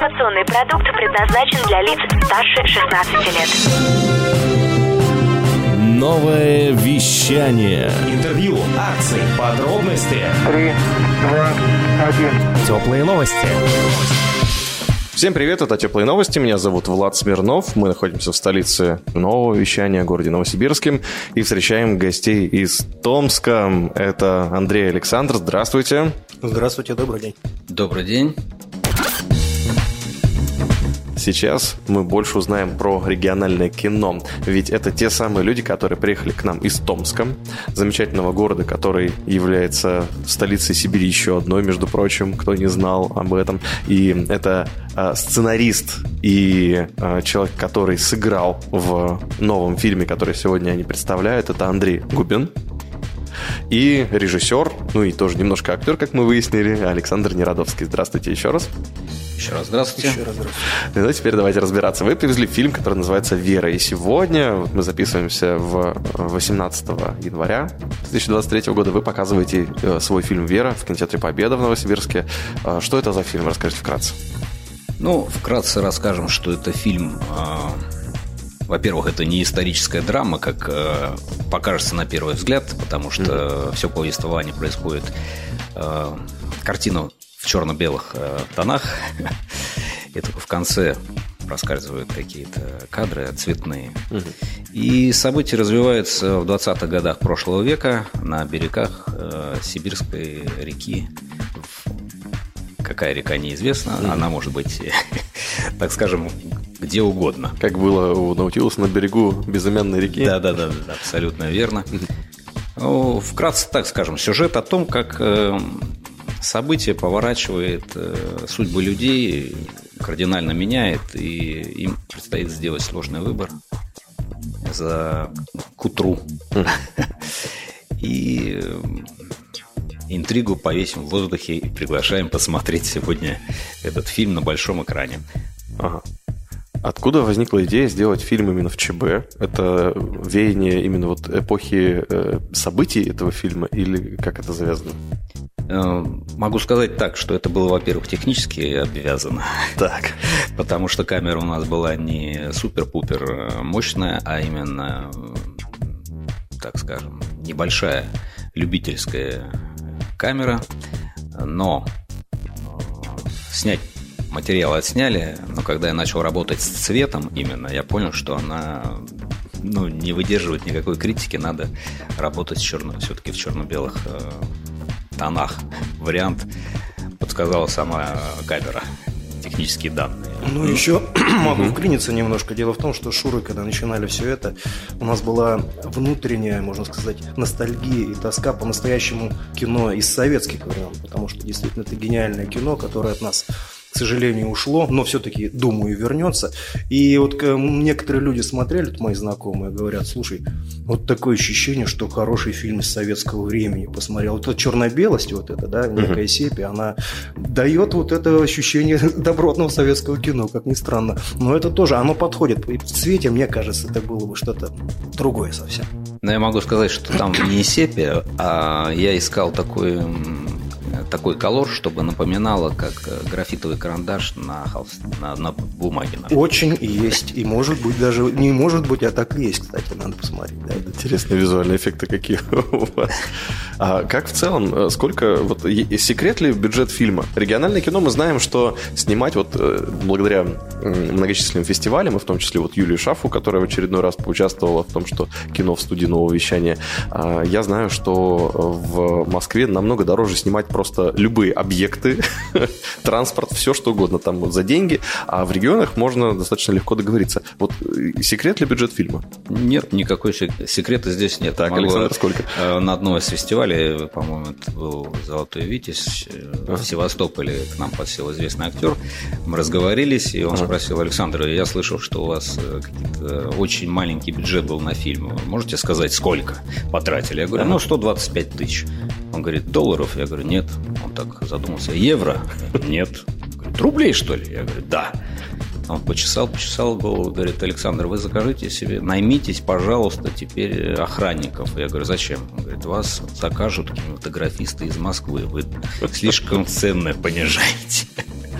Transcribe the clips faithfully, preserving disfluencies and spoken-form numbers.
Информационный продукт предназначен для лиц старше шестнадцати лет. Новое вещание. Интервью, акции, подробности. Три, два, один. Теплые новости. Всем привет, это Теплые новости, меня зовут Влад Смирнов. Мы находимся в столице нового вещания, городе Новосибирске, и встречаем гостей из Томска. Это Андрей и Александр, здравствуйте. Здравствуйте, добрый день. Добрый день. Сейчас мы больше узнаем про региональное кино, ведь это те самые люди, которые приехали к нам из Томска, замечательного города, который является столицей Сибири еще одной, между прочим, кто не знал об этом. И это э, сценарист и э, человек, который сыграл в новом фильме, который сегодня они представляют, это Андрей Губин. И режиссер, ну и тоже немножко актер, как мы выяснили, Александр Нерадовский. Здравствуйте еще раз. Еще раз здравствуйте. Еще раз здравствуйте. Ну, теперь давайте разбираться. Вы привезли фильм, который называется «Вера». И сегодня вот мы записываемся в восемнадцатого января две тысячи двадцать третьего года. Вы показываете свой фильм «Вера» в кинотеатре «Победа» в Новосибирске. Что это за фильм? Расскажите вкратце. Ну, вкратце расскажем, что это фильм... Во-первых, это не историческая драма, как э, покажется на первый взгляд, потому что mm-hmm. все повествование происходит э, картину в черно-белых э, тонах, и только в конце проскальзывают какие-то кадры цветные. Mm-hmm. И события развиваются в двадцатых годах прошлого века на берегах э, Сибирской реки. Какая река, неизвестна. Mm-hmm. Она может быть, так скажем, где угодно. Как было у Наутилуса на берегу безымянной реки. Да-да-да, абсолютно верно. Ну, вкратце, так скажем, сюжет о том, как э, событие поворачивает э, судьбы людей, кардинально меняет, и им предстоит сделать сложный выбор за к утру. И интригу повесим в воздухе и приглашаем посмотреть сегодня этот фильм на большом экране. Ага. Откуда возникла идея сделать фильм именно в ЧБ? Это веяние именно вот эпохи э, событий этого фильма или как это завязано? Э, могу сказать так, что это было, во-первых, технически обвязано. Так. Потому что камера у нас была не супер-пупер мощная, а именно, так скажем, небольшая любительская камера. Но снять материал отсняли, но когда я начал работать с цветом именно, я понял, что она ну, не выдерживает никакой критики, надо работать черно, все-таки в черно-белых э, тонах. Вариант подсказала сама камера, технические данные. Ну, еще могу вклиниться немножко. Дело в том, что Шуры, когда начинали все это, у нас была внутренняя, можно сказать, ностальгия и тоска по настоящему кино из советских времен, потому что действительно это гениальное кино, которое от нас, к сожалению, ушло, но все-таки, думаю, вернется. И вот некоторые люди смотрели, вот мои знакомые, говорят: слушай, вот такое ощущение, что хороший фильм из советского времени посмотрел. Вот эта черно-белость, вот эта, да, некая сепия, она дает вот это ощущение добротного советского кино, как ни странно. Но это тоже, оно подходит. И в цвете, мне кажется, это было бы что-то другое совсем. Но я могу сказать, что там не сепия, а я искал такой... такой колор, чтобы напоминало, как графитовый карандаш на, холст... на, на бумаге. На Очень есть. И может быть даже... Не может быть, а так и есть, кстати. Надо посмотреть. Да? Интересные визуальные эффекты какие у вас. А как в целом, сколько... Вот, секрет ли бюджет фильма? Региональное кино мы знаем, что снимать вот благодаря многочисленным фестивалям, и в том числе вот Юлию Шафу, которая в очередной раз поучаствовала в том, что кино в студии нового вещания. Я знаю, что в Москве намного дороже снимать просто любые объекты, транспорт, все что угодно там вот за деньги, а в регионах можно достаточно легко договориться. Вот секрет ли бюджет фильма? Нет, никакой секрета здесь нет. Так, Могу... Александр, сколько? На одном из фестивалей, по-моему, это был «Золотой Витязь», ага. в Севастополе к нам подсел известный актер, мы разговорились, и он ага. спросил: Александр, я слышал, что у вас очень маленький бюджет был на фильм, можете сказать, сколько потратили? Я говорю, ну, сто двадцать пять тысяч. Он говорит: долларов? Я говорю, нет. Он так задумался: евро? Нет. Говорит, рублей, что ли? Я говорю, да. Он почесал, почесал голову, говорит: Александр, вы закажите себе, наймитесь, пожалуйста, теперь охранников. Я говорю, зачем? Он говорит, вас закажут кинематографисты из Москвы, вы слишком ценное понижаете.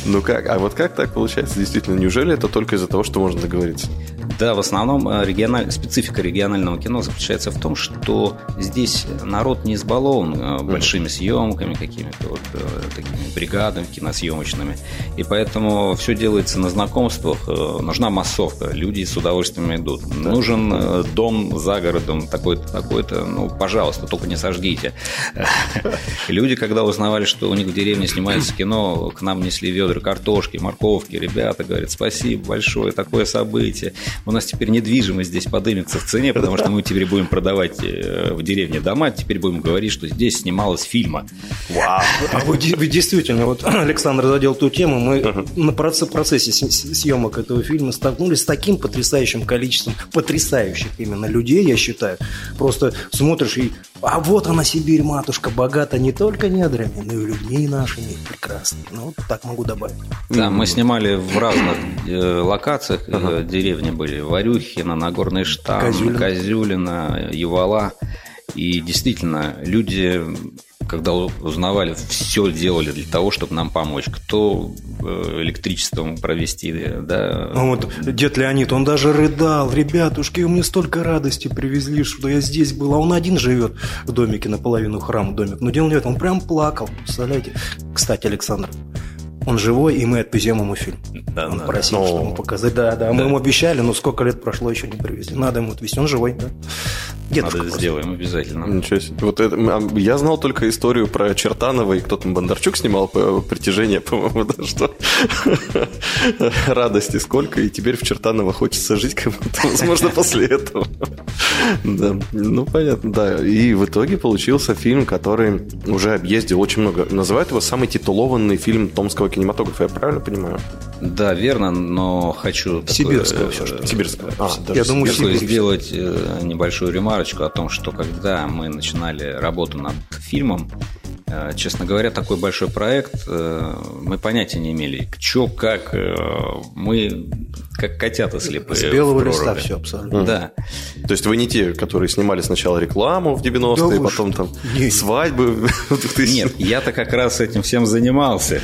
Ну как? А вот как так получается? Действительно, неужели это только из-за того, что можно договориться? Да, в основном региональ... специфика регионального кино заключается в том, что здесь народ не избалован большими съемками, какими-то вот такими бригадами киносъемочными. И поэтому все делается на знакомствах. Нужна массовка. Люди с удовольствием идут. Да. Нужен дом за городом такой-то, такой-то. Ну, пожалуйста, только не сожгите. Люди, когда узнавали, что у них в деревне снимается кино, к нам несли ведра картошки, морковки. Ребята говорят, спасибо большое, такое событие. У нас теперь недвижимость здесь подымется в цене, потому что мы теперь будем продавать в деревне дома, теперь будем говорить, что здесь снималась фильма. Вау! А вы, вы действительно, вот Александр задел ту тему, мы uh-huh. на процессе съемок этого фильма столкнулись с таким потрясающим количеством потрясающих именно людей, я считаю. Просто смотришь и а вот она, Сибирь, матушка, богата не только недрами, но и людьми нашими прекрасными. Ну, вот так могу добавить. Да, мы снимали в разных э, локациях. Uh-huh. Деревни были Варюхино, Нагорный Штам, Козюлино, Козюлино, Ювала. И действительно, люди, когда узнавали, все делали для того, чтобы нам помочь. Кто электричеством провести, да. Ну, вот дед Леонид, он даже рыдал. Ребятушки, мне столько радости привезли, что я здесь был. А он один живет в домике, наполовину храм домик. Но дело не в этом, он прям плакал. Представляете? Кстати, Александр, он живой, и мы отвезем ему фильм. Да, он да, просил, да. Что ему показать. Да, да, да, мы ему обещали, но сколько лет прошло, еще не привезли. Надо ему отвезти, он живой, да. Дедушка Надо просто. Сделаем обязательно. Ничего себе. Вот это, я знал только историю про Чертанова, и кто там, Бондарчук снимал по «Притяжение», по-моему, да, что радости сколько, и теперь в Чертанова хочется жить кому-то, возможно, после этого. Да, ну, понятно, да. И в итоге получился фильм, который уже объездил очень много. Называют его самый титулованный фильм томского кинематографа, я правильно понимаю? Да, верно, но хочу... Сибирского все, что Сибирского. А, я думаю, сделать небольшую ремарку о том, что когда мы начинали работу над фильмом, честно говоря, такой большой проект, мы понятия не имели, что, как, мы как котята слепые. С белого листа все абсолютно. Да. То есть вы не те, которые снимали сначала рекламу в девяностые, да потом там не, свадьбы в двухтысячные. Нет, я-то как раз этим всем занимался.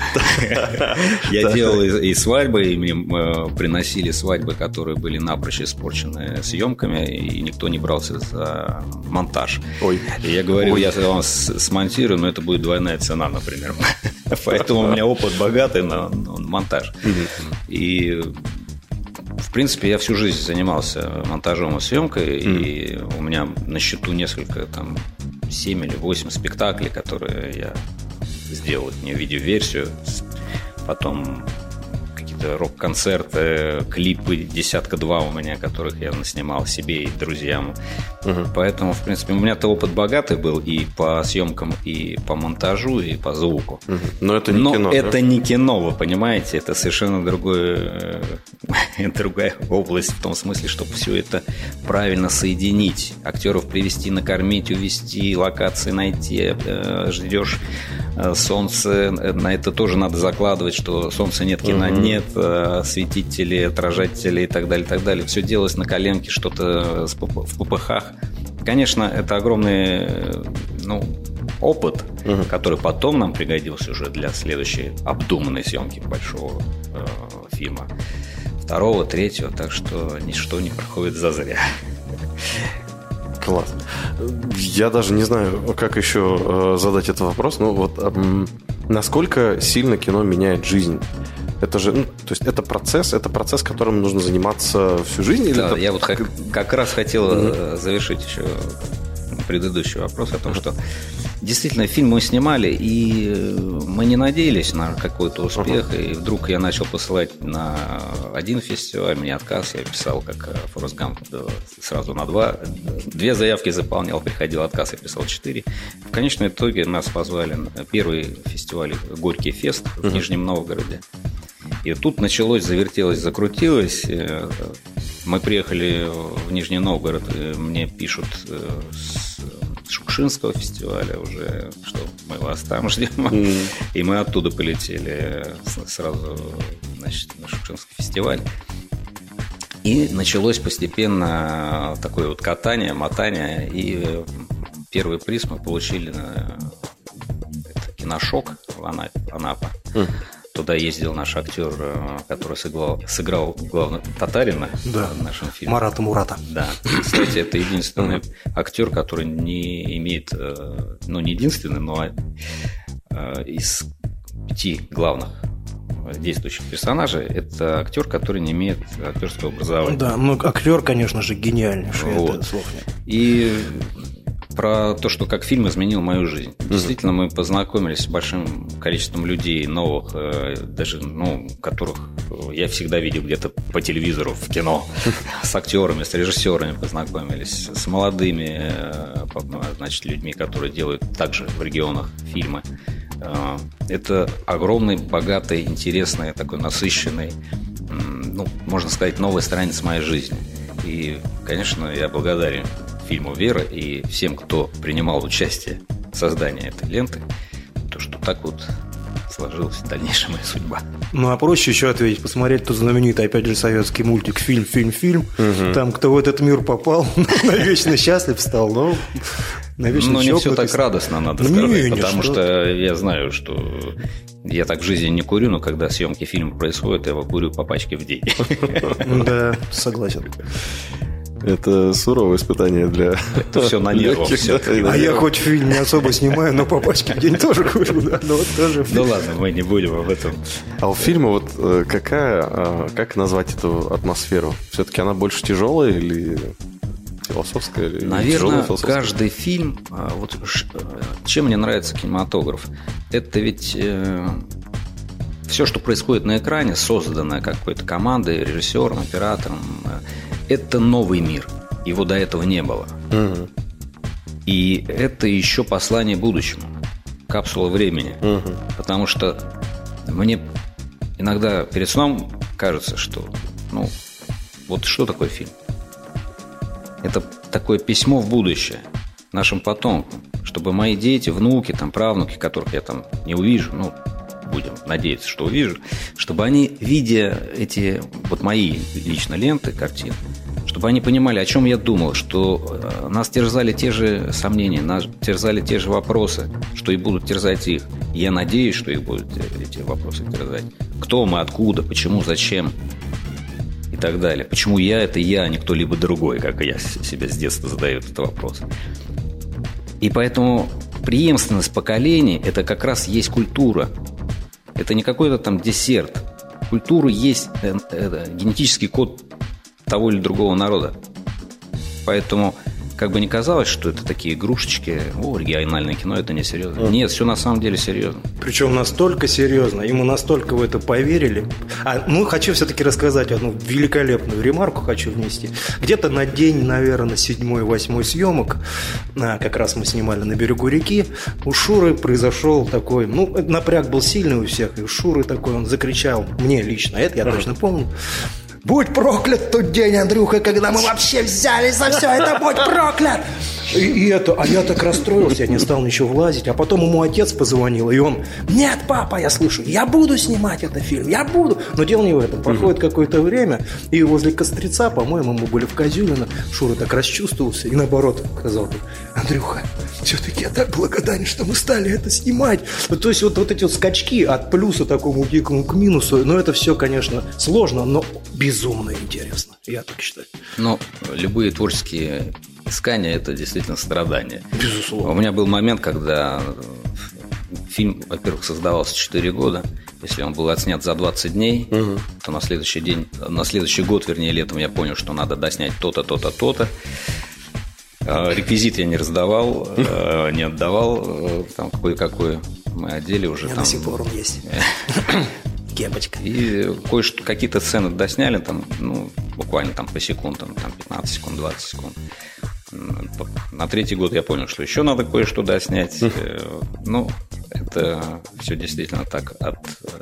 Я делал и свадьбы, и мне приносили свадьбы, которые были напрочь испорчены съемками, и никто не брался за монтаж. И я говорил, я вам смонтирую, но это будет двойная цена, например. Поэтому у меня опыт богатый на монтаж. И в принципе, я всю жизнь занимался монтажом и съемкой, mm. и у меня на счету несколько, там, семь или восемь спектаклей, которые я сделал, не видеоверсию, потом какие-то рок-концерты, клипы, десятка-два у меня, которых я наснимал себе и друзьям. Uh-huh. Поэтому, в принципе, у меня-то опыт богатый был и по съемкам, и по монтажу, и по звуку. Uh-huh. Но это не Но кино, это да? не кино, вы понимаете, это совершенно другое, другая область в том смысле, чтобы все это правильно соединить. Актеров привести, накормить, увезти, локации найти, ждешь солнце, на это тоже надо закладывать, что солнца нет, кино uh-huh. нет, светители, отражатели и так далее, и так далее. Все делалось на коленке, что-то в попыхах. Конечно, это огромный, ну, опыт, uh-huh. который потом нам пригодился уже для следующей обдуманной съемки большого э, фильма. Второго, третьего, так что ничто не проходит зазря. Класс. Я даже не знаю, как еще задать этот вопрос. Ну вот, насколько сильно кино меняет жизнь? Это же, ну, то есть это процесс, это процесс, которым нужно заниматься всю жизнь? Или да, это... я вот как, как раз хотел mm-hmm. завершить еще предыдущий вопрос о том, что действительно фильм мы снимали, и мы не надеялись на какой-то успех, uh-huh. и вдруг я начал посылать на один фестиваль, мне отказ, я писал как Форрест Гамп сразу на два, две заявки заполнял, приходил отказ, я писал четыре. В конечном итоге нас позвали на первый фестиваль «Горький фест» в uh-huh. Нижнем Новгороде. И тут началось, завертелось, закрутилось. Мы приехали в Нижний Новгород, и мне пишут с Шукшинского фестиваля уже, что мы вас там ждем. Mm. И мы оттуда полетели сразу, значит, на Шукшинский фестиваль. И началось постепенно такое вот катание, мотание. И первый приз мы получили на это, киношок в Анапе. Mm. Туда ездил наш актер, который сыграл, сыграл главного татарина да. в нашем фильме. Марата Мурата. Да. Кстати, это единственный актер, который не имеет, ну, не единственный, но из пяти главных действующих персонажей это актер, который не имеет актерского образования. Да, ну актер, конечно же, гениальнейший, вот. Это слов нет. И про то, что как фильм изменил мою жизнь. Действительно, мы познакомились с большим количеством людей новых, даже, ну, которых я всегда видел где-то по телевизору, в кино, с актерами, с режиссерами познакомились, с молодыми, значит, людьми, которые делают также в регионах фильмы. Это огромный, богатый, интересный, такой насыщенный, ну, можно сказать, новая страница моей жизни. И, конечно, я благодарен фильму «Вера» и всем, кто принимал участие в создании этой ленты, то, что так вот сложилась дальнейшая моя судьба. Ну, а проще еще ответить, посмотреть тот знаменитый, опять же, советский мультик «Фильм, фильм, фильм». Угу. Там, кто в этот мир попал, навечно счастлив стал, но навечно Но не все так радостно, надо ну, сказать, не, потому что что я знаю, что я так в жизни не курю, но когда съемки фильма происходят, я его курю по пачке в день. Да, согласен. Это суровое испытание для... Это все на нервах. А я хоть фильм не особо снимаю, но по пачке в день тоже курю. Да, но вот тоже... Ну ладно, мы не будем об этом. А у фильма вот какая... Как назвать эту атмосферу? Все-таки она больше тяжелая или... философская? Или наверное, каждый фильм... Вот чем мне нравится кинематограф? Это ведь... Все, что происходит на экране, созданное какой-то командой, режиссером, оператором, это новый мир. Его до этого не было. Угу. И это еще послание будущему. Капсула времени. Угу. Потому что мне иногда перед сном кажется, что ну, вот что такое фильм? Это такое письмо в будущее нашим потомкам, чтобы мои дети, внуки, там, правнуки, которых я там не увижу, ну, будем надеяться, что увижу, чтобы они, видя эти вот мои лично ленты, картины, чтобы они понимали, о чем я думал, что нас терзали те же сомнения, нас терзали те же вопросы, что и будут терзать их. Я надеюсь, что их будут эти вопросы терзать. Кто мы, откуда, почему, зачем и так далее. Почему я – это я, а не кто-либо другой, как я себе с детства задаю этот вопрос. И поэтому преемственность поколений – это как раз есть культура. Это не какой-то там десерт. Культура есть это, генетический код того или другого народа. Поэтому, как бы ни казалось, что это такие игрушечки, о, региональное кино, это не серьезно. Нет, все на самом деле серьезно. Причем настолько серьезно, и мы настолько в это поверили. А, ну, хочу все-таки рассказать одну великолепную ремарку, хочу внести. Где-то на день, наверное, седьмой-восьмой съемок, а, как раз мы снимали на берегу реки, у Шуры произошел такой, ну, напряг был сильный у всех, и у Шуры такой, он закричал, мне лично, это я точно помню: «Будь проклят тот день, Андрюха, когда мы вообще взялись за все это, будь проклят!» И, и это, а я так расстроился, я не стал ничего влазить. А потом ему отец позвонил, и он: «Нет, папа, я слышу, я буду снимать этот фильм, я буду». Но дело не в этом. Проходит mm-hmm. какое-то время, и возле Кострица, по-моему, мы были в Козюлино, Шура так расчувствовался и наоборот сказал: «Андрюха, все-таки я так благодарен, что мы стали это снимать». Ну, то есть вот, вот эти вот скачки от плюса такому дикому к минусу, ну это все, конечно, сложно, но безумно интересно, я так считаю. Но любые творческие искания – это действительно страдание. Безусловно. У меня был момент, когда фильм, во-первых, создавался четыре года. Если он был отснят за двадцать дней, угу. то на следующий день, на следующий год, вернее, летом я понял, что надо доснять то-то, то-то, то-то. Реквизит я не раздавал, не отдавал, там кое-какой мы одели уже. Там... до сих пор он есть. Кепочка. И кое-что, какие-то сцены досняли, там, ну, буквально там по секундам, там пятнадцать секунд, двадцать секунд. На третий год я понял, что еще надо кое-что доснять. Ну, это все действительно так от,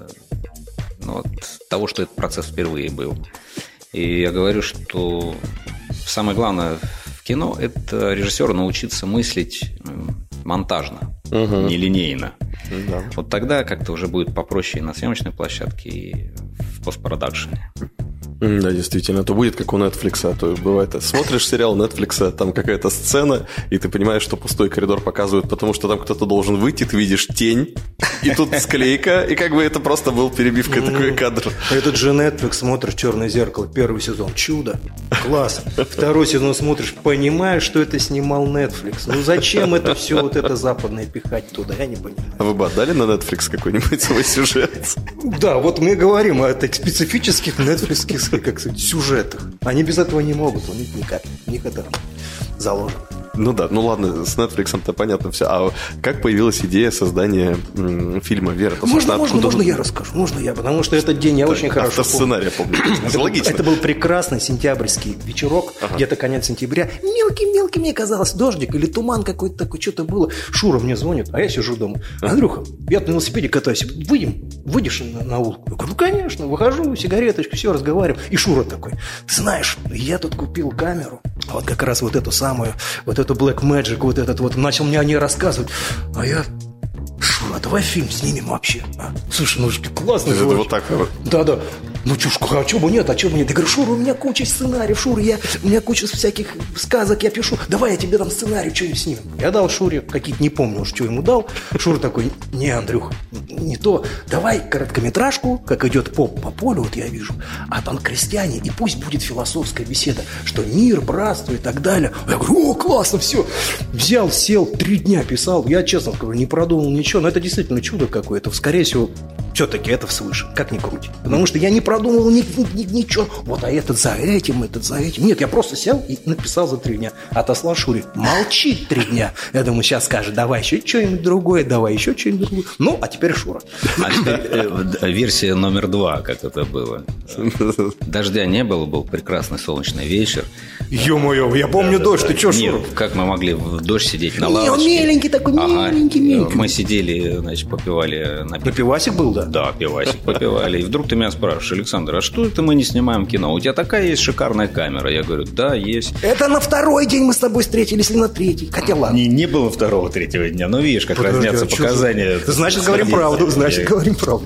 ну, от того, что этот процесс впервые был. И я говорю, что самое главное в кино – это режиссеру научиться мыслить монтажно, угу. нелинейно. Да. Вот тогда как-то уже будет попроще и на съемочной площадке, и в постпродакшене. Да, действительно, то будет как у Netflix, а то бывает, смотришь сериал Netflix, там какая-то сцена, и ты понимаешь, что пустой коридор показывают, потому что там кто-то должен выйти, ты видишь тень, и тут склейка, и как бы это просто был перебивка такой кадр. Этот же Netflix, смотришь «Черное зеркало», первый сезон, чудо, класс. Второй сезон смотришь, понимаешь, что это снимал Netflix. Ну зачем это все вот это западное пихать туда, я не понимаю. А вы бы отдали на Netflix какой-нибудь свой сюжет? Да, вот мы говорим о этих специфических нетфликсских, как сказать, сюжетах. Они без этого не могут, у них никак, у них это заложено. Ну да, ну ладно, с Netflix-то понятно все. А как появилась идея создания м, фильма «Вера»? Можно, можно, можно я расскажу? Можно я, потому что этот день я да, очень хорошо автосценарий помню. Это, Логично. Это был прекрасный сентябрьский вечерок, ага. где-то конец сентября. Мелкий-мелкий, мне казалось, дождик или туман какой-то такой, что-то было. Шура мне звонит, а я сижу дома. Андрюха, я на велосипеде катаюсь, выйдем, выйдешь на, на улицу? Я говорю, ну, конечно, выхожу, сигареточку, все, разговариваем. И Шура такой, ты знаешь, я тут купил камеру, вот как раз вот эту самую, вот эту Black Magic, вот этот вот, начал мне о ней рассказывать. А я... Шура, давай фильм снимем вообще. А? Слушай, ну классно. Это вот так вот. Да-да. Ну, чушка, а чего бы нет, а чего бы нет? Я говорю, Шура, у меня куча сценариев, Шура, я, у меня куча всяких сказок, я пишу, давай я тебе там сценарий, что-нибудь снимем. Я дал Шуре, какие-то, не помню уж, что ему дал. Шура такой, не, Андрюх, не то, давай короткометражку, как идет поп по полю, вот я вижу, а там крестьяне, и пусть будет философская беседа, что мир, братство и так далее. Я говорю, о, классно, все. Взял, сел, три дня писал, я честно скажу, не продумал ничего, но это действительно чудо какое-то, скорее всего, все-таки это свыше, как ни крути. Потому что я не продумывал ни, ни, ни, ничего. Вот, а этот за этим, этот за этим. Нет, я просто сел и написал за три дня. Отослал Шуре. Молчит три дня. Я думаю, сейчас скажет, давай еще что-нибудь другое, давай еще что-нибудь другое. Ну, а теперь Шура. А теперь э, версия номер два, как это было. Дождя не было, был прекрасный солнечный вечер. Ё-моё, я помню да, дождь, да, ты что, Шура? Нет, как мы могли в дождь сидеть на Не, лавочке? Он меленький такой, ага. меленький, меленький. Мы сидели, значит, попивали напитки. На пивасик был, да? Да, пивасик попивали. И вдруг ты меня спрашиваешь, Александр, а что это мы не снимаем кино? У тебя такая есть шикарная камера. Я говорю, да, есть. Это на второй день мы с тобой встретились или на третий? Хотя ладно. Не, не было второго, третьего дня. Но видишь, как Подожди, разнятся а показания. Значит, говорим правду. Значит, говорим правду.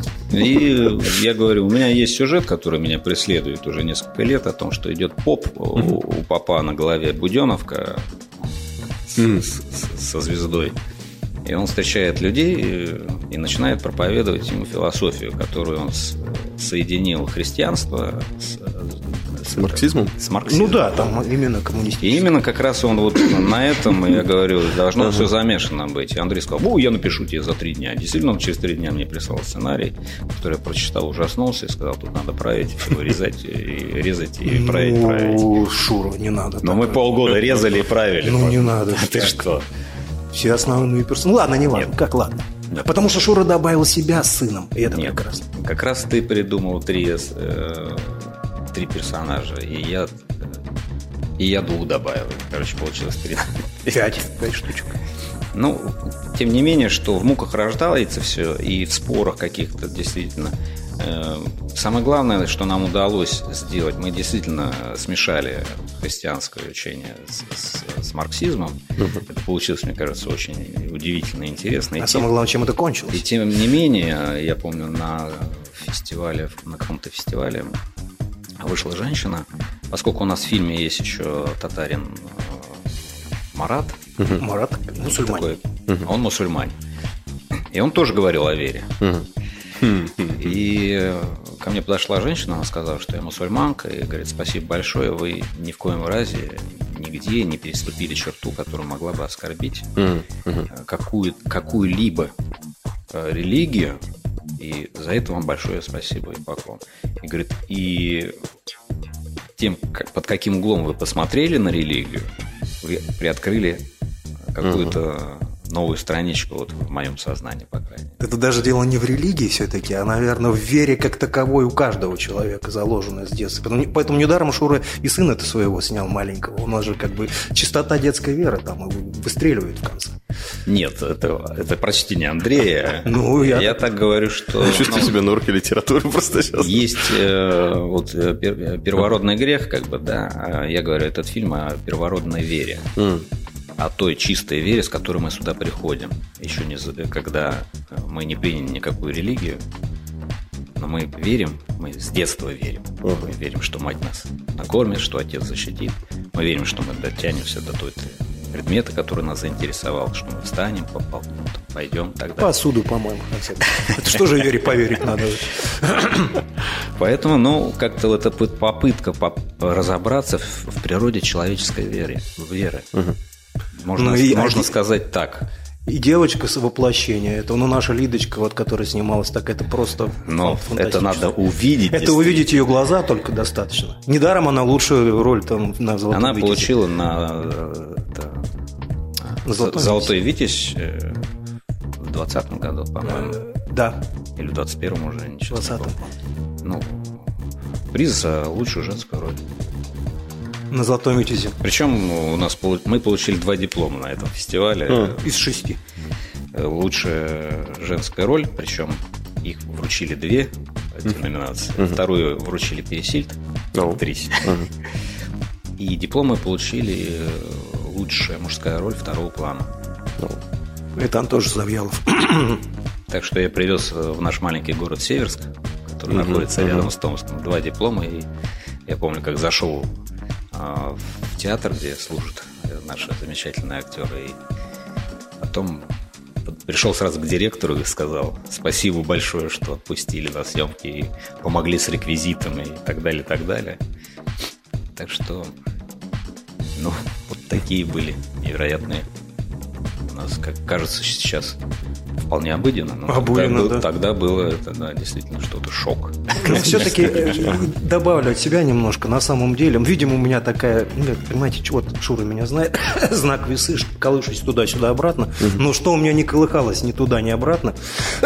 И я говорю, у меня есть сюжет, который меня преследует уже несколько лет, о том, что идет поп, у, у попа на голове буденовка с, с, со звездой. И он встречает людей и, и начинает проповедовать ему философию, которую он с, соединил христианство с, с марксизмом. С марксизмом. Ну да, там именно коммунистический. И именно как раз он вот на этом, я говорю, должно все замешано быть. И Андрей сказал, ну, я напишу тебе за три дня. Действительно, он через три дня мне прислал сценарий, который я прочитал, ужаснулся и сказал, тут надо править, резать, и резать и править, ну, править. Ну, Шура, не надо. Но мы полгода резали и правили. Ну, не надо. Ты что? Все основные персонажи. Ладно, не важно. Как ладно? Нет. Потому что Шура добавил себя с сыном. И это Нет, прекрасно. Как раз ты придумал три, э, три персонажа. И я, и я двух добавил. Короче, получилось три. Пять. Пять штучек. Ну, тем не менее, что в муках рождается все, и в спорах каких-то действительно. Э, самое главное, что нам удалось сделать, мы действительно смешали христианское учение с, с, с марксизмом. Uh-huh. Это получилось, мне кажется, очень удивительно и интересно. И а тем, самое главное, чем это кончилось? И тем не менее, я помню, на фестивале, на каком-то фестивале вышла женщина, поскольку у нас в фильме есть еще татарин Марат. Uh-huh. Марат мусульманин. Uh-huh. Он мусульманин. И он тоже говорил о вере. Uh-huh. И ко мне подошла женщина, она сказала, что я мусульманка, и говорит, спасибо большое, вы ни в коем разе нигде не переступили черту, которая могла бы оскорбить mm-hmm. какую, какую-либо религию, и за это вам большое спасибо и поклон. И говорит, и тем, как, под каким углом вы посмотрели на религию, вы приоткрыли какую-то mm-hmm. новую страничку вот в моем сознании, по крайней мере. Это даже дело не в религии все-таки, а, наверное, в вере как таковой у каждого человека, заложенной с детства. Поэтому недаром Шура и сына-то своего снял маленького. У нас же как бы чистота детской веры там и выстреливает в конце. Нет, это, это прочтение Андрея. Ну, я... я так говорю, что... Я чувствую ну, себя на уроке литературы просто сейчас. Есть э, вот, первородный грех, как бы, да. Я говорю, этот фильм о первородной вере. Mm. О той чистой вере, с которой мы сюда приходим. Еще не когда мы не приняли никакую религию, но мы верим, мы с детства верим. Uh-huh. Мы верим, что мать нас накормит, что отец защитит. Мы верим, что мы дотянемся до той предмета, который нас заинтересовал, что мы встанем, попал, ну, пойдем тогда. Посуду, по-моему. Это что же Вере поверить надо? Поэтому, ну, как-то вот эта попытка разобраться в природе человеческой веры. веры. Угу. Можно, ну, и, можно а сказать так. И девочка с воплощения, это ну, наша Лидочка, вот, которая снималась, так это просто Но это надо увидеть. Это увидеть ее глаза только достаточно. Недаром она лучшую роль там на «Золотом Она Витязе». получила на, да, на «Золотой, «Золотой Витязь» в двадцатом году, по-моему. Да. Или в двадцать первом уже, ничего. В двадцатом. Ну, приз за лучшую женскую роль. На «Золотом Витязе». Причем у нас мы получили два диплома на этом фестивале. А, из шести. Лучшая женская роль, причем их вручили две эти номинации. Uh-huh. Вторую вручили Пересильд, uh-huh. актрис. Uh-huh. И дипломы получили лучшая мужская роль второго плана. Uh-huh. И там тоже Завьялов. Так что я привез в наш маленький город Северск, который uh-huh. находится uh-huh. рядом с Томском, два диплома. И я помню, как зашел в театр, где служат наши замечательные актеры. И потом пришел сразу к директору и сказал: спасибо большое, что отпустили на съемки и помогли с реквизитом и так далее, и так далее. Так что, ну, вот такие были невероятные. У нас, как кажется, сейчас вполне обыденно. Но обыденно, тогда, да. тогда было это, да, действительно что-то шок. Но все-таки добавлю от себя немножко. На самом деле, видимо, у меня такая, понимаете, вот Шура меня знает, знак весы, колышусь туда-сюда обратно. Но что у меня не колыхалось ни туда, ни обратно,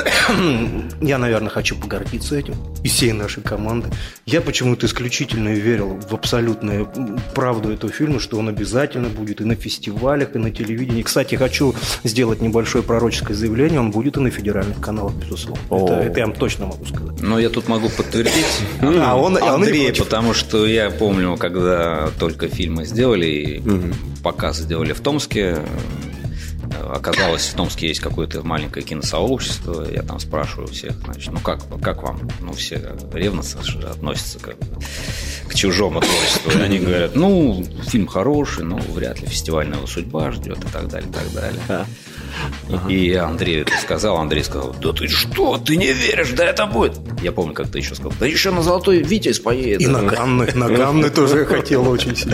я, наверное, хочу погордиться этим. И всей нашей команды. Я почему-то исключительно верил в абсолютную правду этого фильма, что он обязательно будет и на фестивалях, и на телевидении. Кстати, хочу сделать небольшое пророческое заявление. Он будет и на федеральных каналах, безусловно. Это, это я вам точно могу сказать. Но я тут могу подтвердить а он, Андрея, потому что я помню, когда только фильмы сделали, и угу. показ сделали в Томске. Оказалось, в Томске есть какое-то маленькое киносообщество. Я там спрашиваю всех, значит, ну как, как вам? Ну, все ревностно относятся как бы к чужому творчеству. И они говорят: ну, фильм хороший, но вряд ли фестивальная его судьба ждет, и так далее, и так далее. Ага. И Андрей это сказал. Андрей сказал: да ты что, ты не веришь, да это будет. Я помню, как ты еще сказал: да еще на «Золотой Витязь» поедет. И на Канны, на Канны тоже хотел очень сильно.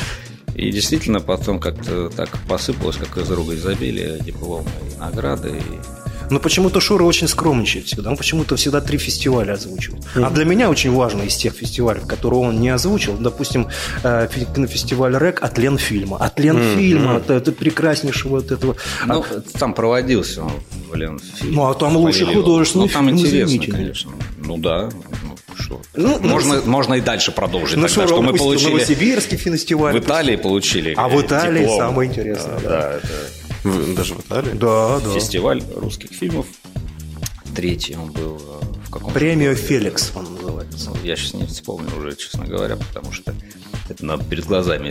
И действительно потом как-то так посыпалось, как из рога изобилия, дипломы и награды. И... Но почему-то Шура очень скромничает всегда. Он почему-то всегда три фестиваля озвучивает. Mm-hmm. А для меня очень важно из тех фестивалей, которые он не озвучил, допустим, на фестиваль РЭК от Ленфильма. От Ленфильма, mm-hmm. от, от прекраснейшего вот этого. Ну, от... там проводился он в Ленфильме. Ну, а там лучший художественный фильм. Ну, там интересно, конечно. Ну, да. Что? Ну, можно, ну, можно и дальше продолжить. Ну, тогда, что, что мы получили Новосибирский фестиваль. В Италии получили. А в Италии диплом. Самое интересное. Да, да. да, это... Даже в Италии? Да, да. Фестиваль русских фильмов. Третий он был в каком-то... Премия «Феликс» он называется. Ну, я сейчас не вспомню уже, честно говоря, потому что это надо перед глазами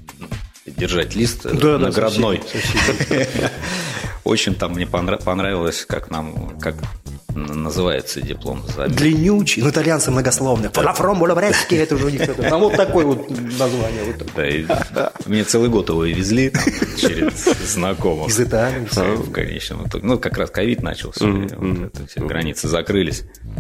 держать лист да, наградной. Да, совсем, совсем. Очень там мне понравилось, как нам... как называется диплом. Длиннючий, ну, итальянцы многословные. Фалафром, булабрецкий, это уже у них там вот такое вот название. Вот. Да, и мне целый год его и везли там, через знакомых. Из Италии. А, в конечном итоге. Ну, как раз ковид начался, mm-hmm. вот это, все границы закрылись.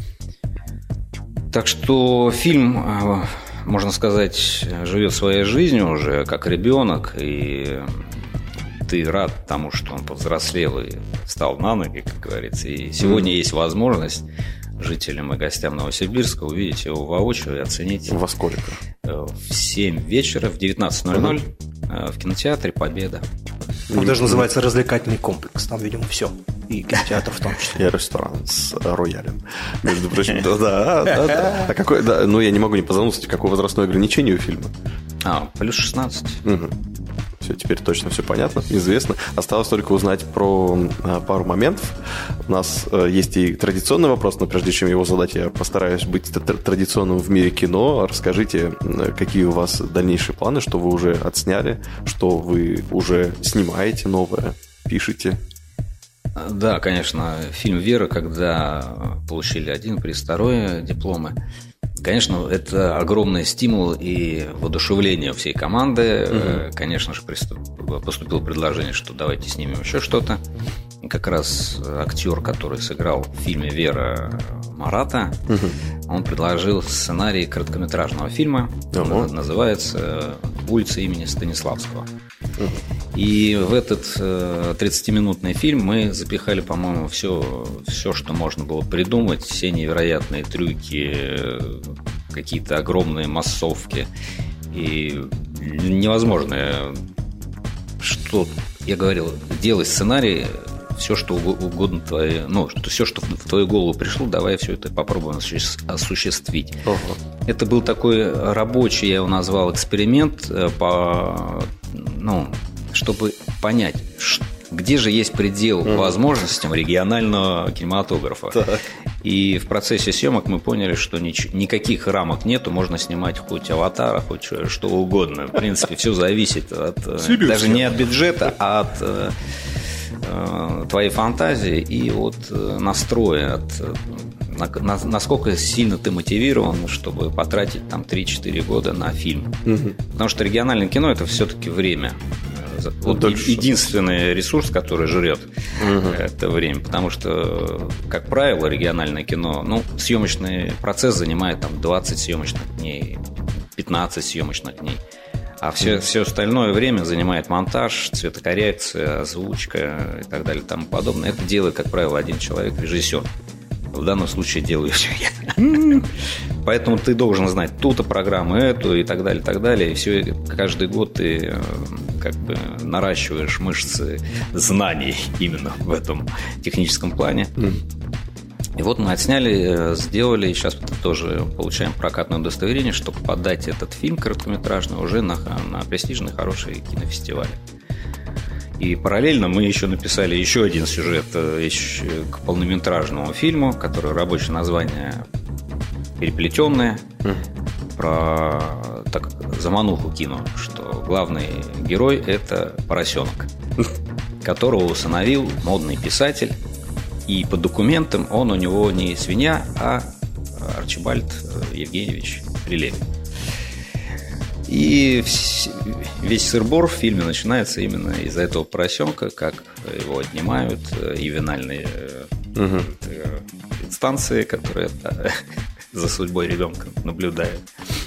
Так что фильм, можно сказать, живет своей жизнью уже, как ребенок, и ты рад тому, что он повзрослел и встал на ноги, как говорится. И сегодня mm. есть возможность жителям и гостям Новосибирска увидеть его воочию и оценить. Во сколько? В семь вечера, в девятнадцать ноль ноль mm. в кинотеатре «Победа». Он mm. даже называется «Развлекательный комплекс». Там, видимо, все. И кинотеатр в том числе. И ресторан с роялем. Между прочим, да, да, да. А какой, да, ну я не могу не позаботиться, какое возрастное ограничение у фильма? А, плюс шестнадцать. Угу. Все, теперь точно все понятно, известно. Осталось только узнать про а, пару моментов. У нас а, есть и традиционный вопрос, но прежде чем его задать, я постараюсь быть традиционным в мире кино. Расскажите, какие у вас дальнейшие планы, что вы уже отсняли, что вы уже снимаете новое, пишете? Да, конечно, фильм «Вера», когда получили один приз, второй дипломы. Конечно, это огромный стимул и воодушевление всей команды. Mm-hmm. Конечно же, поступило предложение, что давайте снимем еще что-то. И как раз актер, который сыграл в фильме «Вера» Марата, угу. он предложил сценарий короткометражного фильма. Он называется «Улица имени Станиславского». Угу. И в этот тридцатиминутный фильм мы запихали, по-моему, все, все, что можно было придумать. Все невероятные трюки, какие-то огромные массовки. И невозможно, что я говорил, делай сценарий, все, что угодно твое, ну, все, что в твою голову пришло, давай все это попробуем осуществить. Ого. Это был такой рабочий, я его назвал, эксперимент, по, ну, чтобы понять, где же есть предел mm. возможностям регионального кинематографа. Так. И в процессе съемок мы поняли, что нич- никаких рамок нету, можно снимать хоть «Аватара», хоть что угодно. В принципе, все зависит от, даже не от бюджета, а от э, э, твоей фантазии и от э, настроя, от на, на, насколько сильно ты мотивирован, чтобы потратить там три-четыре года на фильм. Mm-hmm. Потому что региональное кино – это все-таки время. Вот ну, единственный ресурс, который жрет угу. это время, потому что, как правило, региональное кино, ну, съемочный процесс занимает там двадцать съемочных дней, пятнадцать съемочных дней, а все, все остальное время занимает монтаж, цветокоррекция, озвучка и так далее и тому подобное. Это делает, как правило, один человек, режиссер. В данном случае делаю все я. Поэтому ты должен знать ту-то программу, эту и так далее, и так далее. И все, каждый год ты как бы наращиваешь мышцы знаний именно в этом техническом плане. И вот мы отсняли, сделали, и сейчас тоже получаем прокатное удостоверение, чтобы подать этот фильм короткометражный уже на, на престижный хороший кинофестиваль. И параллельно мы еще написали еще один сюжет к полнометражному фильму, который рабочее название «Переплетенное», mm. про так, замануху кино, что главный герой – это поросенок, которого усыновил модный писатель, и по документам он у него не свинья, а Арчибальд Евгеньевич Прилепин. И весь сыр-бор в фильме начинается именно из-за этого поросенка, как его отнимают ювенальные угу. инстанции, которые за судьбой ребенка наблюдают.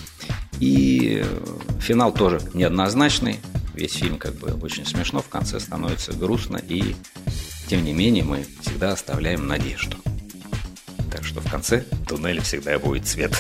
И финал тоже неоднозначный. Весь фильм как бы очень смешно, в конце становится грустно, и тем не менее мы всегда оставляем надежду. Так что в конце туннеля всегда будет свет.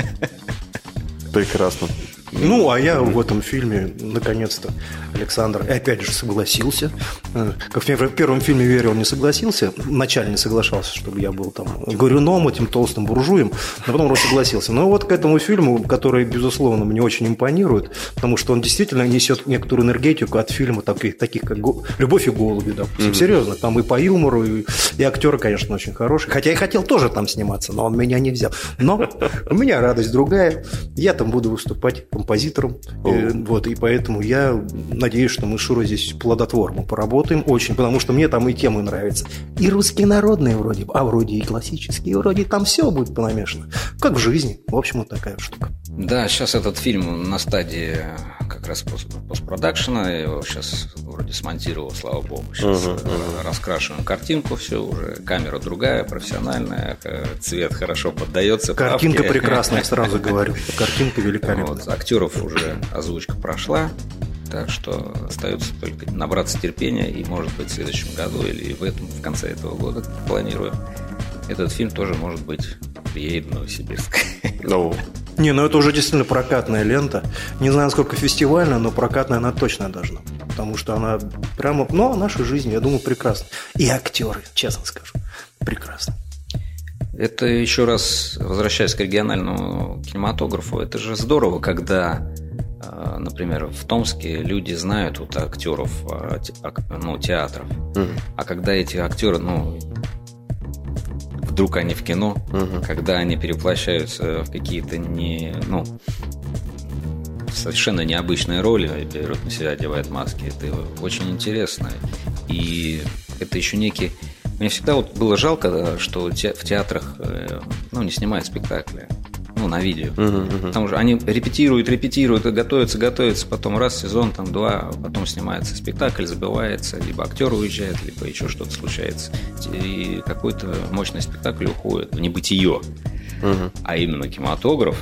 Прекрасно. Ну, а я в этом фильме, наконец-то, Александр, и опять же согласился. Как в первом фильме «Вере» он не согласился, вначале не соглашался, чтобы я был там горюном, этим толстым буржуем, но потом он согласился. Но вот к этому фильму, который, безусловно, мне очень импонирует, потому что он действительно несет некоторую энергетику от фильма таких, таких как «Любовь и голуби», допустим. Mm-hmm. Серьезно, там и по юмору, и, и актеры, конечно, очень хорошие. Хотя я хотел тоже там сниматься, но он меня не взял. Но у меня радость другая. Я там буду выступать композитором. Oh. Вот, и поэтому я надеюсь, что мы с Шурой здесь плодотворно поработаем очень, потому что мне там и темы нравятся. И русские народные вроде, а вроде и классические, вроде там все будет понамешано. Как в жизни. В общем, вот такая штука. Да, сейчас этот фильм на стадии как раз постпродакшена. Я его сейчас вроде смонтировал, слава богу. Сейчас uh-huh, uh-huh. раскрашиваем картинку, все уже. Камера другая, профессиональная, цвет хорошо поддается. Картинка правке. Прекрасная, сразу говорю. Картинка великолепная. Вот, актеров уже озвучка прошла. Так что остается только набраться терпения, и, может быть, в следующем году или в этом, в конце этого года планируем. Этот фильм тоже, может быть, приедет в Новосибирск. No. Не, ну это уже действительно прокатная лента. Не знаю, насколько фестивальная, но прокатная она точно должна. Потому что она прямо, ну, о нашей жизни, я думаю, прекрасна. И актеры, честно скажу, прекрасно. Это еще раз, возвращаясь к региональному кинематографу, это же здорово, когда, например, в Томске люди знают вот актеров, ну, театров. Mm. А когда эти актеры, ну, вдруг они в кино, uh-huh. когда они переплощаются в какие-то не, ну, совершенно необычные роли, берут на себя, одевают маски, это очень интересно. И это еще некий... Мне всегда вот было жалко, что в театрах, ну, не снимают спектакли. Ну, ну, на видео. Uh-huh, uh-huh. Потому что они репетируют, репетируют, готовятся, готовятся, потом раз, сезон, там, два, потом снимается спектакль, забывается, либо актер уезжает, либо еще что-то случается. И какой-то мощный спектакль уходит в небытие. Uh-huh. А именно кинематограф,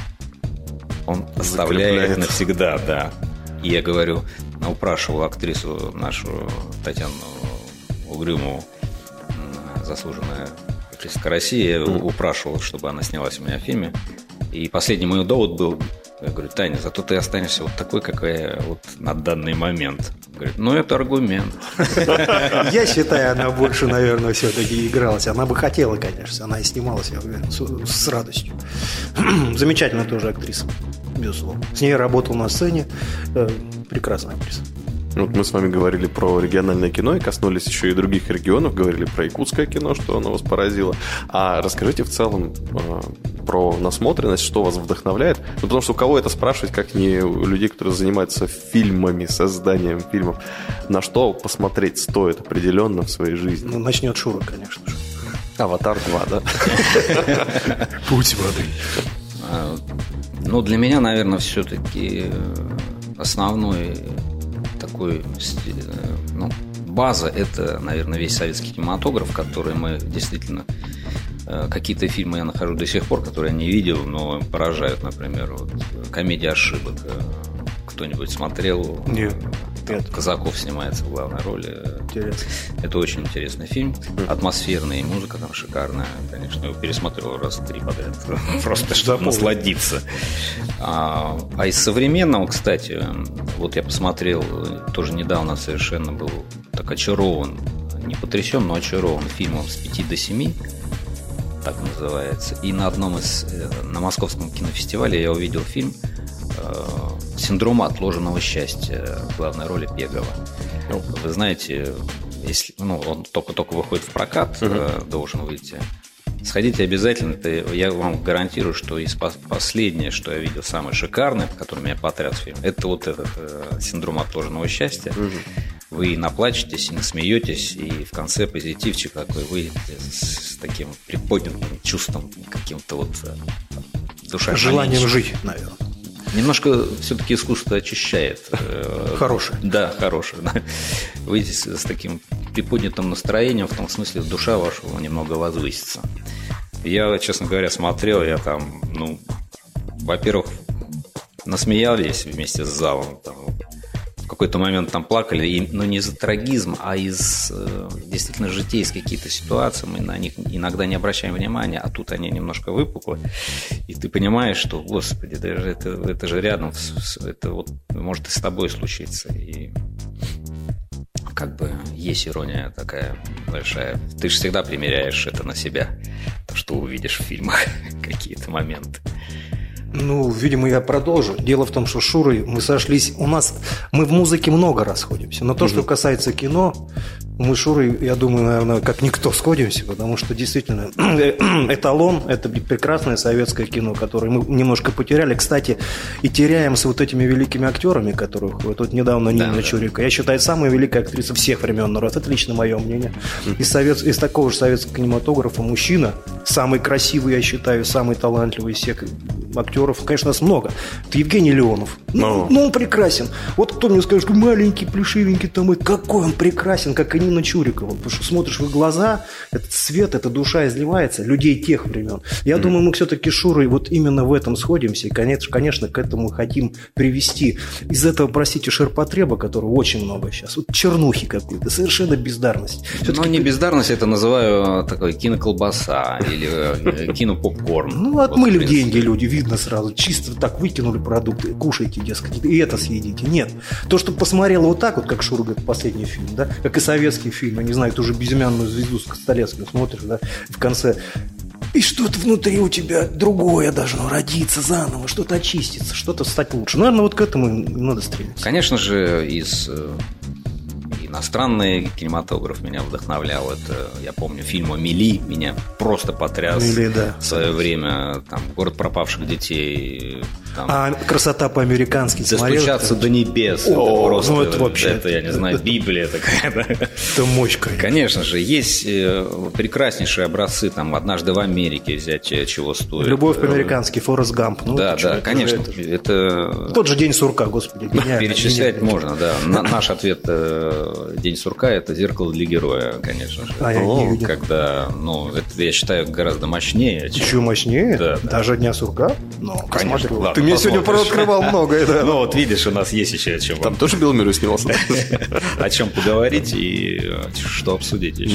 он оставляет навсегда, да. И я говорю, упрашивал актрису нашу Татьяну Угрюмову, заслуженная артистка России, я mm. упрашивал, чтобы она снялась у меня в фильме. И последний мой довод был, я говорю, Таня, зато ты останешься вот такой, какая вот на данный момент. Говорит, ну это аргумент. Я считаю, она больше, наверное, все-таки игралась. Она бы хотела, конечно, она и снималась, я уверен, с, с радостью. Замечательная тоже актриса, безусловно. С ней работал на сцене, прекрасная актриса. Вот мы с вами говорили про региональное кино и коснулись еще и других регионов, говорили про якутское кино, что оно вас поразило. А расскажите в целом э, про насмотренность, что вас вдохновляет. Ну, потому что у кого это спрашивать, как не у людей, которые занимаются фильмами, созданием фильмов, на что посмотреть стоит определенно в своей жизни? Ну, начнет Шура, конечно же. «Аватар два», да? Путь воды. Ну, для меня, наверное, все-таки основной такой, ну, база – это, наверное, весь советский кинематограф, который мы действительно… Какие-то фильмы я нахожу до сих пор, которые я не видел, но поражают, например, вот, «Комедия ошибок». Кто-нибудь смотрел? Нет. Нет. Казаков снимается в главной роли. Интересно. Это очень интересный фильм. Атмосферный, и музыка там шикарная. Конечно, я его пересмотрел раз три подряд. Просто чтобы насладиться. А, а из современного, кстати, вот я посмотрел, тоже недавно совершенно был так очарован, не потрясен, но очарован фильмом «С пяти до семи», так называется. И на одном из, на Московском кинофестивале я увидел фильм «Синдром отложенного счастья», в главной роли Пегова. Вы знаете, если, ну, он только-только выходит в прокат, uh-huh. должен выйти. Сходите обязательно, это, я вам гарантирую, что из последнее, что я видел, самое шикарное, которое меня потряс фильм, это вот этот э, «Синдром отложенного счастья». Uh-huh. Вы наплачетесь, и насмеетесь, и в конце позитивчик такой выйдете с, с таким приподнятым чувством, каким-то вот душа. Желанием жить, наверное. Немножко все-таки искусство очищает. Хорошее. Да, хорошее. Да. Выйти с, с таким приподнятым настроением, в том смысле, душа ваша немного возвысится. Я, честно говоря, смотрел, я там, ну, во-первых, насмеялись вместе с залом, там, в какой-то момент там плакали, и, но не из-за трагизма, а из э, действительно житейских каких-то ситуаций, мы на них иногда не обращаем внимания, а тут они немножко выпуклы, и ты понимаешь, что, господи, даже это, это же рядом, это вот может и с тобой случиться, и как бы есть ирония такая большая. Ты же всегда примеряешь это на себя, то, что увидишь в фильмах, какие-то моменты. Ну, видимо, я продолжу. Дело в том, что с Шурой мы сошлись. У нас мы в музыке много расходимся. Но то, что касается кино, мы с Шурой, я думаю, наверное, как никто сходимся, потому что действительно эталон – это прекрасное советское кино, которое мы немножко потеряли. Кстати, и теряем с вот этими великими актерами, которых вот тут недавно Нина да, Чурика. Да. Я считаю, самая великая актриса всех времен народа. Это лично мое мнение. Из, совет... из такого же советского кинематографа мужчина, самый красивый, я считаю, самый талантливый из всех актеров. Конечно, нас много. Это Евгений Леонов. Ну, ну, он прекрасен. Вот кто мне скажет, что маленький, плешивенький там, и какой он прекрасен, как и Нина Чурикова. Потому что смотришь в их глаза, этот свет, эта душа изливается, людей тех времен. Я mm. думаю, мы все-таки с Шурой вот именно в этом сходимся. И, конечно, конечно, к этому хотим привести. Из этого, простите, ширпотреба, которого очень много сейчас. Вот чернухи какой-то, совершенно бездарность. Ну, не бездарность, это называю такой киноколбаса или кинопопкорн. Ну, отмыли вот, деньги люди, видно сразу. Чисто так выкинули продукты, кушайте, дескать, и это съедите. Нет. То, что посмотрела вот так вот, как Шура говорит, последний фильм, да, как и советский фильм, я не знаю, ту же «Безымянную звезду» с Костолевским смотришь, да, в конце. И что-то внутри у тебя другое должно родиться заново, что-то очиститься, что-то стать лучше. Наверное, вот к этому и надо стремиться. Конечно же, из иностранный кинематограф меня вдохновлял. Это, я помню, фильм «Амели» меня просто потряс. Амели, да. В свое время. Там «Город пропавших детей». Там, а «Красота по-американски» смотрел? «Достучаться до небес». О, это просто, ну это вообще... Это, я не знаю, Библия такая. Да? Это мощь, конечно. Конечно же. Есть прекраснейшие образцы. Там «Однажды в Америке» взять чего стоит. «Любовь по-американски», «Форрест Гамп». Ну, да, это да, это конечно. Же, это... это... Тот же «День сурка», господи. Гениально, перечислять гениально. можно, да. На, наш ответ «День сурка» – это «Зеркало для героя», конечно же. А, я не видел. Когда, ну, это, я считаю, гораздо мощнее. Чем... Еще мощнее? Да, да. Даже «Дня сурка»? Ну, конечно. Ладно, ты мне сегодня пооткрывал многое, да. Ну, вот видишь, у нас есть еще о чем. Там тоже Билл Мюррей снимался. О чем поговорить и что обсудить еще.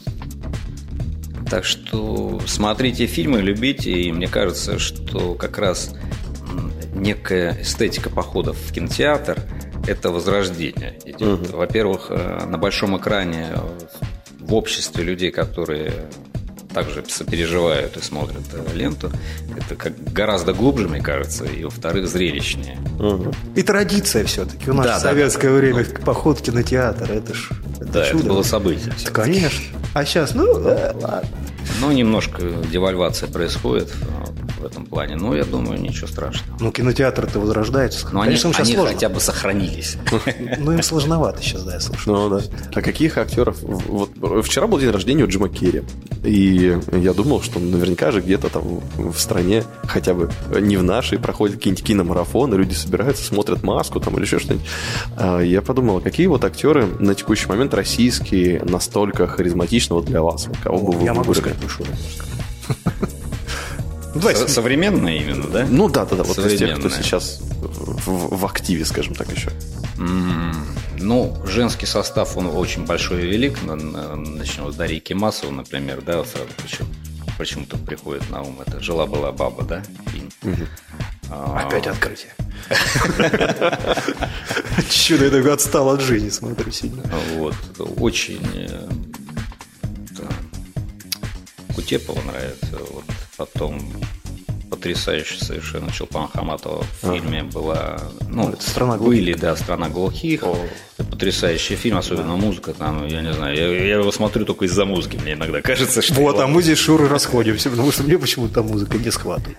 Так что смотрите фильмы, любите, и мне кажется, что как раз некая эстетика походов в кинотеатр – это возрождение идет. Uh-huh. Во-первых, на большом экране в обществе людей, которые также сопереживают и смотрят ленту, это как гораздо глубже, мне кажется, и, во-вторых, зрелищнее. Uh-huh. И традиция все-таки. У нас да, в советское да, время ну, поход в кинотеатр, это ж это да, чудо. Это было событие. Да, конечно. А сейчас, ну, да, ладно. Ну, немножко девальвация происходит в этом плане, но я думаю, ничего страшного. Ну, кинотеатр-то возрождается. Но конечно, они, они сложно. хотя бы сохранились. Ну, им сложновато сейчас, да, я слышу. Ну, да. А каких актеров? Вот вчера был день рождения у Джима Керри. И я думал, что наверняка же где-то там в стране, хотя бы не в нашей, проходят какие-нибудь киномарафоны, люди собираются, смотрят «Маску» там или еще что-нибудь. Я подумал, какие вот актеры на текущий момент российские настолько харизматичны вот для вас? Кого бы вы Я могу выбрали? сказать, ну что Со- Современные именно, да? Ну да, да, да. Вот из тех, кто Современные. сейчас в, в активе, скажем так, еще. М, Ну, женский состав, он очень большой и велик. Н- н- Начнем с Дарьи Кимасовой, например, да, вот сразу почему- почему-то приходит на ум. Это «Жила-была баба», да, фильм. А, Опять открытие. Чудо, я так отстал от жизни, смотрю сильно. Вот, очень э, да, Кутепова нравится. Вот, потом потрясающая совершенно Чулпан Хаматова в фильме была. Ну, Это «Страна были, да, «Страна глухих». Это потрясающий фильм, особенно музыка там, я не знаю, я, я его смотрю только из-за музыки, мне иногда кажется, что. Вот, его- а мы здесь с Шурой расходимся, потому что мне почему-то музыка не схватывает.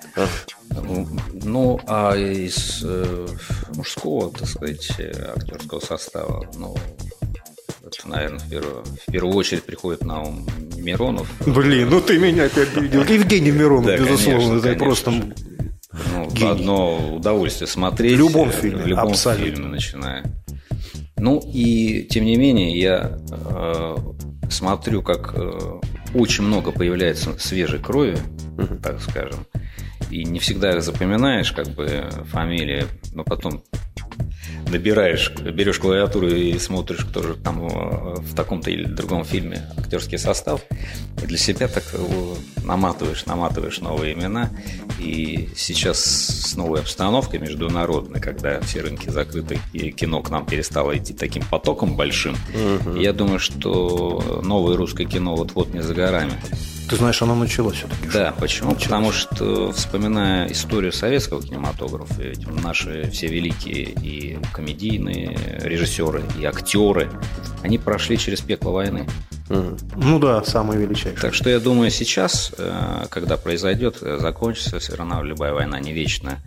Ну, а из э, мужского, так сказать, э, актерского состава, ну, это, наверное, в первую, в первую очередь приходит на ум Миронов. Блин, ну ты меня опять видел. Евгений Миронов, Да, безусловно, конечно, это просто... Ну, гений. одно удовольствие смотреть. В любом э, фильме, В любом абсолютно. фильме, начиная. Ну, и, тем не менее, я э, смотрю, как э, очень много появляется свежей крови, так скажем. И не всегда их запоминаешь, как бы, фамилии, но потом набираешь, берешь клавиатуру и смотришь, кто же там в таком-то или другом фильме актерский состав, и для себя так наматываешь, наматываешь новые имена. И сейчас с новой обстановкой международной, когда все рынки закрыты и кино к нам перестало идти таким потоком большим, угу. Я думаю, что новое русское кино вот-вот не за горами. Ты знаешь, оно началось все-таки. Да, почему? Началось. Потому что, вспоминая историю советского кинематографа, ведь наши все великие и комедийные режиссеры, и актеры, они прошли через пекло войны. Угу. Ну да, самые величайшие. Так что я думаю, сейчас, когда произойдет, закончится, все равно любая война не вечная,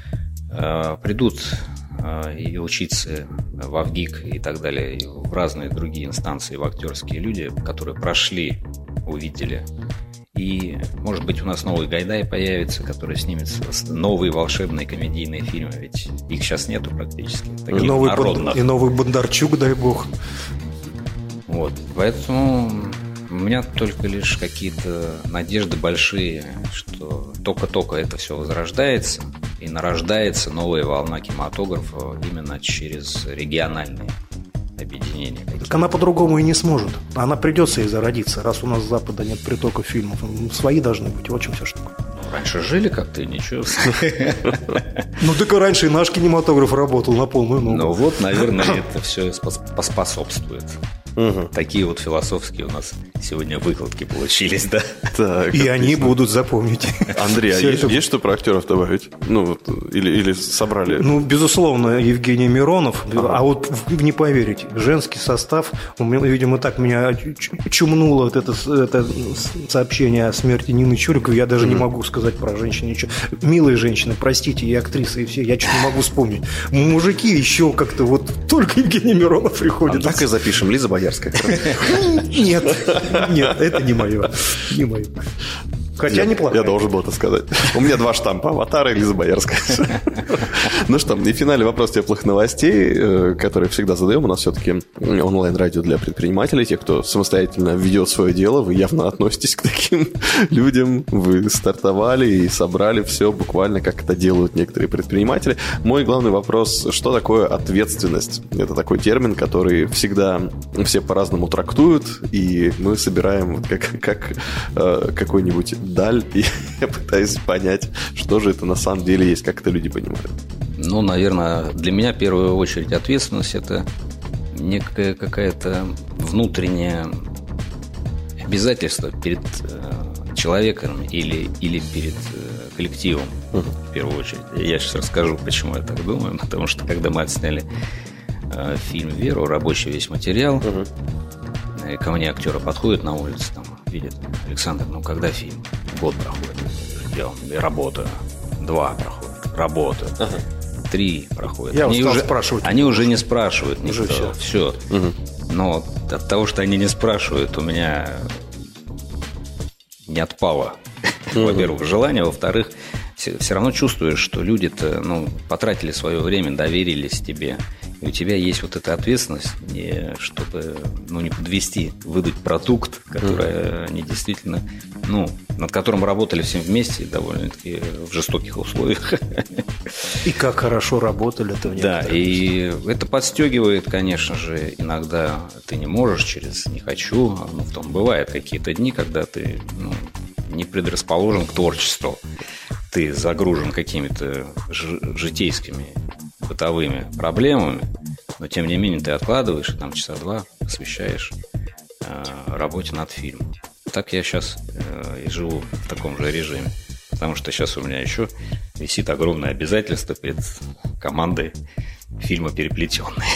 придут и учиться в АВГИК и так далее, и в разные другие инстанции, в актерские люди, которые прошли, увидели. И, может быть, у нас новый Гайдай появится, который снимет новые волшебные комедийные фильмы, ведь их сейчас нету практически. И новый, Бон... и новый Бондарчук, дай бог. Вот, поэтому у меня только лишь какие-то надежды большие, что только-только это все возрождается и нарождается новая волна кинематографа именно через региональные объединения. Так она по-другому и не сможет. Она придется ей зародиться, раз у нас с Запада нет притока фильмов. Свои должны быть, вот в чем вся штука. Раньше жили как-то, ничего. Ну так и раньше и наш кинематограф работал на полную ногу. Ну вот, наверное, это все поспособствует. Угу. Такие вот философские у нас сегодня выкладки получились, да? Так, И они будут запомнить. Андрей, а Всё есть, это- есть что про актеров добавить? Ну, вот, или, или собрали? Ну, безусловно, Евгений Миронов. А вот вы не поверите, женский состав, у меня, видимо, так меня ч- чумнуло вот это, с- это сообщение о смерти Нины Чуриковой. Я даже не могу сказать про женщин ничего. Милые женщины, простите, и актрисы, и все, я что-то не могу вспомнить. Мужики еще как-то вот только Евгений Миронов приходит. Так и запишем. Лиза Боярская. Нет, нет, это не мое. Не мое. Хотя неплохо. Я должен был это сказать. У меня два штампа: Аватара и Лиза Боярская. Ну что, и в финале вопрос теплых новостей, э, которые всегда задаем. У нас все-таки онлайн-радио для предпринимателей, тех, кто самостоятельно ведет свое дело. Вы явно относитесь к таким людям. Вы стартовали и собрали все буквально, как это делают некоторые предприниматели. Мой главный вопрос: что такое ответственность? Это такой термин, который всегда все по-разному трактуют, и мы собираем вот как, как э, какой-нибудь даль, и я пытаюсь понять, что же это на самом деле есть, как это люди понимают. Ну, наверное, для меня в первую очередь ответственность – это некая какая-то внутреннее обязательство перед э, человеком или, или перед э, коллективом, uh-huh. в первую очередь. Я сейчас расскажу, почему я так думаю. Потому что, когда мы отсняли э, фильм «Веру», рабочий весь материал, uh-huh. ко мне актеры подходят на улице, там, видят: Александр, ну когда фильм? Год проходит. Я работаю. Два проходит. Работаю. Ага. Три проходит. Я они устал уже спрашивать. Они уже не спрашивают никто. Уже все. Все. Угу. Но от того, что они не спрашивают, у меня не отпало, угу. во-первых, желание. Во-вторых, все, все равно чувствуешь, что люди-то ну, потратили свое время, доверились тебе. И у тебя есть вот эта ответственность, не, чтобы ну, не подвести, выдать продукт, который mm-hmm. они действительно, ну, над которым работали всем вместе, довольно-таки в жестоких условиях. И как хорошо работали-то в некоторых. Да, и это подстегивает, конечно же, иногда ты не можешь через «не хочу», ну, в том бывают какие-то дни, когда ты ну, не предрасположен к творчеству, ты загружен какими-то ж- житейскими бытовыми проблемами, но тем не менее ты откладываешь, там часа два посвящаешь э, работе над фильмом. Так я сейчас э, и живу в таком же режиме, потому что сейчас у меня еще висит огромное обязательство перед командой фильма «Переплетенные».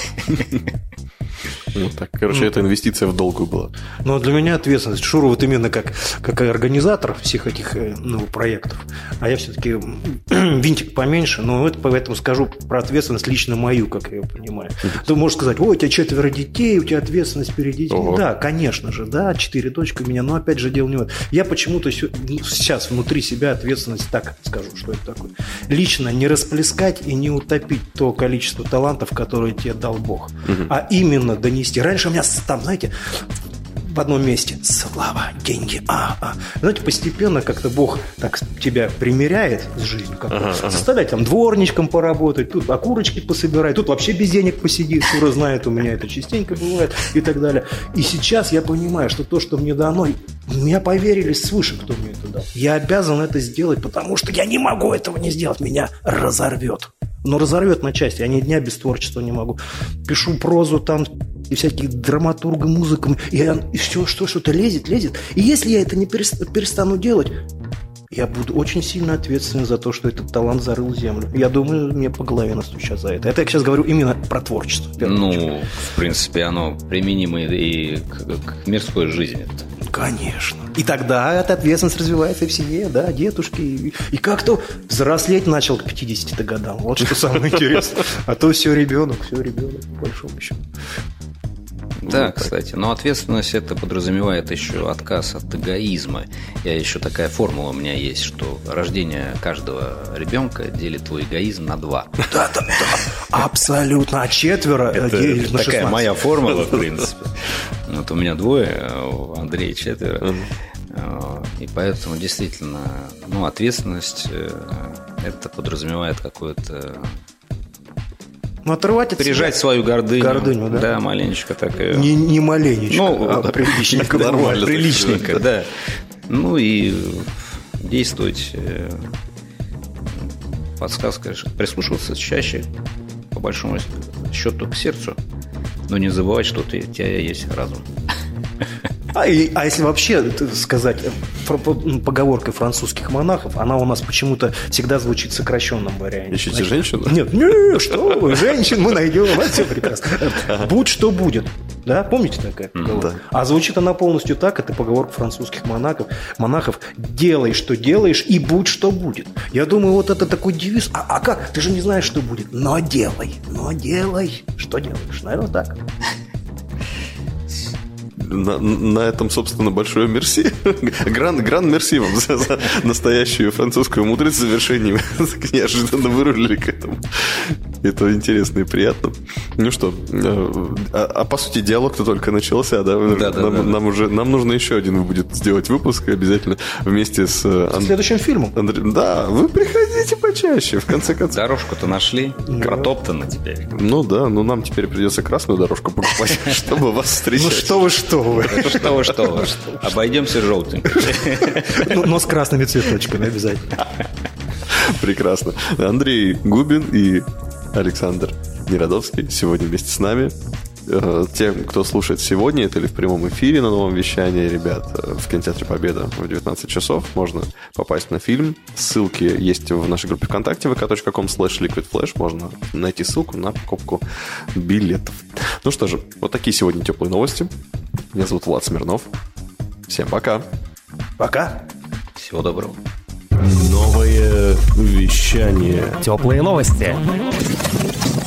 Ну, так, короче, ну, это инвестиция в долгую была. Но для меня ответственность. Шура вот именно как, как организатор всех этих ну, проектов. А я все-таки винтик поменьше, но это, поэтому скажу про ответственность лично мою, как я ее понимаю. Ты можешь сказать: ой, у тебя четверо детей, у тебя ответственность перед детьми. Ого. Да, конечно же, да, четыре дочки у меня, но опять же дело не в этом. Я почему-то сейчас внутри себя ответственность так скажу, что это такое. Лично не расплескать и не утопить то количество талантов, которые тебе дал Бог, угу. а именно донести. Раньше у меня там, знаете, в одном месте слава, деньги, а, а. Знаете, постепенно как-то Бог так тебя примиряет с жизнью, как ага, ага. заставлять там дворничком поработать, тут окурочки пособирать, тут вообще без денег посидит, Шура знает, у меня это частенько бывает и так далее. И сейчас я понимаю, что то, что мне дано, меня поверили свыше, кто мне это дал. Я обязан это сделать, потому что я не могу этого не сделать, меня разорвет. Но разорвет на части, я ни дня без творчества не могу. Пишу прозу там, и всякие драматургы, музыкам, и, и все, что, что-то лезет, лезет. И если я это не перестану делать, я буду очень сильно ответственен за то, что этот талант зарыл землю. Я думаю, мне по голове настучат за это. Это я сейчас говорю именно про творчество. Ну, очередь. В принципе, оно применимо и к, к мирской жизни. Конечно. И тогда эта ответственность развивается и в семье, да, дедушки. И, и как-то взрослеть начал к пятидесяти годам. Вот что самое интересное. А то все ребенок, все ребенок, по большому счету. Да, кстати, но ответственность это подразумевает еще отказ от эгоизма. Я еще такая формула у меня есть, что рождение каждого ребенка делит твой эгоизм на два. Да, да, да, абсолютно. А четверо делит на шестнадцать. Такая моя формула, в принципе. Вот у меня двое, у Андрея четверо. И поэтому действительно, ну, ответственность это подразумевает какое-то... Ну, отрывать от Прижать себя. Свою гордыню. Гордыню, да? Да, маленечко так. Не, не маленечко, ну, а приличненько. Нормально. Приличненько, да. Ну и действовать, подсказка, прислушиваться чаще, по большому счету, к сердцу. Но не забывай, что ты, у тебя есть разум. А, и, а если вообще сказать фр- поговоркой французских монахов, она у нас почему-то всегда звучит в сокращенном варианте. Ищите Значит, женщину? Нет, нет, что вы, женщин мы найдем, это все прекрасно. Будь что будет. Да, помните такая поговорка? Да. А звучит она полностью так, это поговорка французских монахов. Монахов, делай, что делаешь, и будь, что будет. Я думаю, вот это такой девиз. А, а как? Ты же не знаешь, что будет. Но делай, но делай. Что делаешь? Наверное, так. На, на этом, собственно, большое мерси. Гран, гран мерси вам за, за настоящую французскую мудрость с завершением. Неожиданно вырулили к этому. Это интересно и приятно. Ну что, а, а по сути диалог-то только начался, да? Да, да, нам, да, нам да. уже, нам нужно еще один будет сделать выпуск обязательно вместе с... С следующим фильмом. Андре... Да, вы приходите почаще, в конце концов. Дорожку-то нашли, протоптана теперь. Ну да, но нам теперь придется красную дорожку покупать, чтобы вас встречать. Ну что вы, что вы. Что вы, что вы. Обойдемся желтым. Ну, но с красными цветочками обязательно. Прекрасно. Андрей Губин и Александр Неродовский сегодня вместе с нами. Тем, кто слушает сегодня, это или в прямом эфире на новом вещании, ребят, в кинотеатре «Победа» в девятнадцать часов можно попасть на фильм. Ссылки есть в нашей группе ВКонтакте вэ ка точка ком слэш ликвид флэш. Можно найти ссылку на покупку билетов. Ну что же, вот такие сегодня теплые новости. Меня зовут Влад Смирнов. Всем пока. Пока. Всего доброго. Новое вещание. Теплые новости.